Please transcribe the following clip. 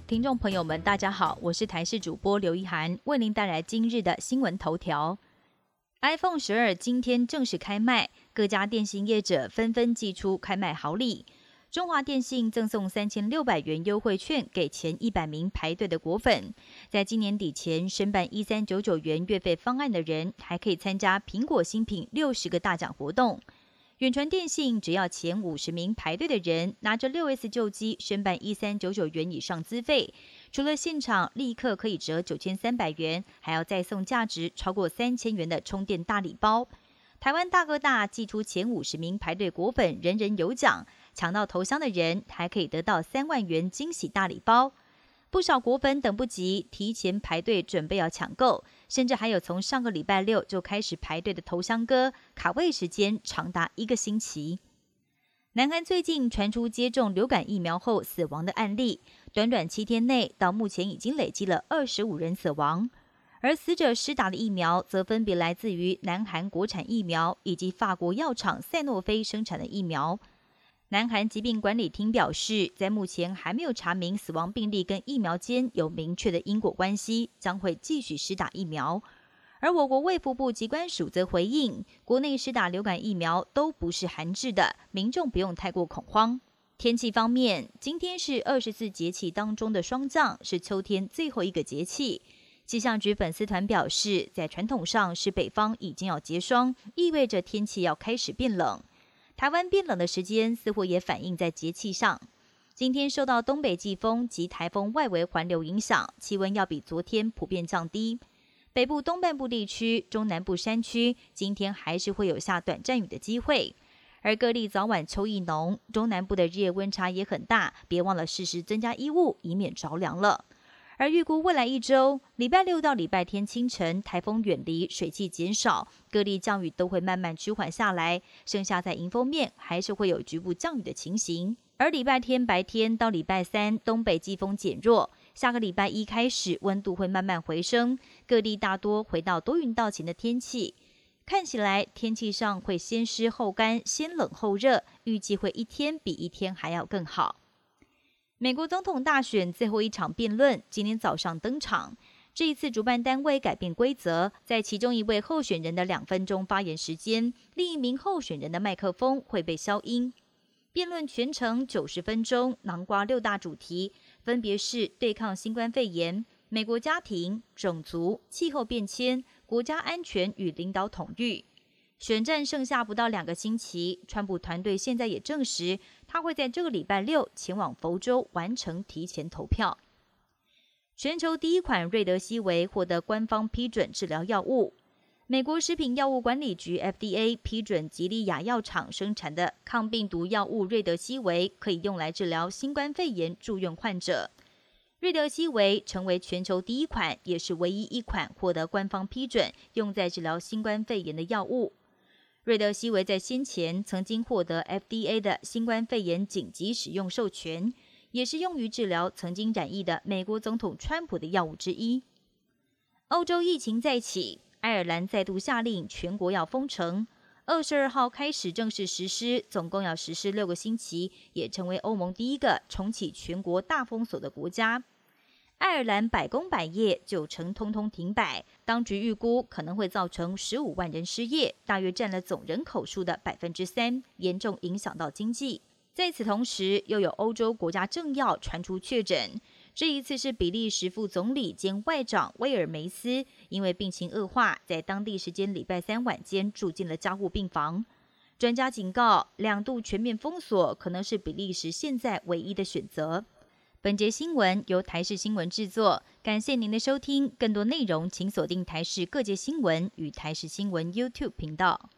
听众朋友们，大家好，我是台视主播刘一涵，为您带来今日的新闻头条。iPhone 12今天正式开卖，各家电信业者纷纷祭出开卖好礼。中华电信赠送3600元优惠券给前100名排队的果粉，在今年底前申办1399元月费方案的人，还可以参加苹果新品60个大奖活动。远传电信只要前50名排队的人拿着 6S 旧机申办1399元以上资费，除了现场立刻可以折9300元，还要再送价值超过3000元的充电大礼包。台湾大哥大寄出前50名排队果粉人人有奖，抢到头香的人还可以得到3万元惊喜大礼包。不少果粉等不及，提前排队准备要抢购，甚至还有从上个礼拜6就开始排队的头香哥，卡位时间长达1个星期。南韩最近传出接种流感疫苗后死亡的案例，短短7天内到目前已经累积了25人死亡，而死者施打的疫苗则分别来自于南韩国产疫苗以及法国药厂赛诺菲生产的疫苗。南韩疾病管理厅表示，在目前还没有查明死亡病例跟疫苗间有明确的因果关系，将会继续施打疫苗。而我国卫福部疾管署则回应，国内施打流感疫苗都不是韩制的，民众不用太过恐慌。天气方面，今天是24节气当中的霜降，是秋天最后一个节气。气象局粉丝团表示，在传统上是北方已经要结霜，意味着天气要开始变冷。台湾变冷的时间似乎也反映在节气上。今天受到东北季风及台风外围环流影响，气温要比昨天普遍降低。北部东半部地区、中南部山区今天还是会有下短暂雨的机会。而各地早晚秋意浓，中南部的日夜温差也很大，别忘了适时增加衣物，以免着凉了。而预估未来一周，礼拜6到礼拜天清晨，台风远离，水汽减少，各地降雨都会慢慢趋缓下来。剩下在迎风面还是会有局部降雨的情形。而礼拜天白天到礼拜3，东北季风减弱，下个礼拜1开始温度会慢慢回升，各地大多回到多云到晴的天气。看起来天气上会先湿后干，先冷后热，预计会一天比一天还要更好。美国总统大选最后一场辩论今天早上登场。这一次主办单位改变规则，在其中一位候选人的2分钟发言时间，另一名候选人的麦克风会被消音。辩论全程90分钟，囊括6大主题，分别是对抗新冠肺炎、美国家庭、种族、气候变迁、国家安全与领导统御。选战剩下不到2个星期，川普团队现在也证实，他会在这个礼拜6前往佛州完成提前投票。全球第一款瑞德西韦获得官方批准治疗药物。美国食品药物管理局 FDA 批准吉利亚药厂生产的抗病毒药物瑞德西韦，可以用来治疗新冠肺炎住院患者。瑞德西韦成为全球第一款，也是唯一一款获得官方批准用在治疗新冠肺炎的药物。瑞德西韦在先前曾经获得 FDA 的新冠肺炎紧急使用授权，也是用于治疗曾经染疫的美国总统川普的药物之一。欧洲疫情再起，爱尔兰再度下令全国要封城，22号开始正式实施，总共要实施6个星期，也成为欧盟第一个重启全国大封锁的国家。爱尔兰百工百业9成通通停摆，当局预估可能会造成15万人失业，大约占了总人口数的3%，严重影响到经济。在此同时，又有欧洲国家政要传出确诊，这一次是比利时副总理兼外长威尔梅斯，因为病情恶化，在当地时间礼拜3晚间住进了加护病房。专家警告，2度全面封锁可能是比利时现在唯一的选择。本节新闻由台视新闻制作，感谢您的收听。更多内容请锁定台视各界新闻与台视新闻 YouTube 频道。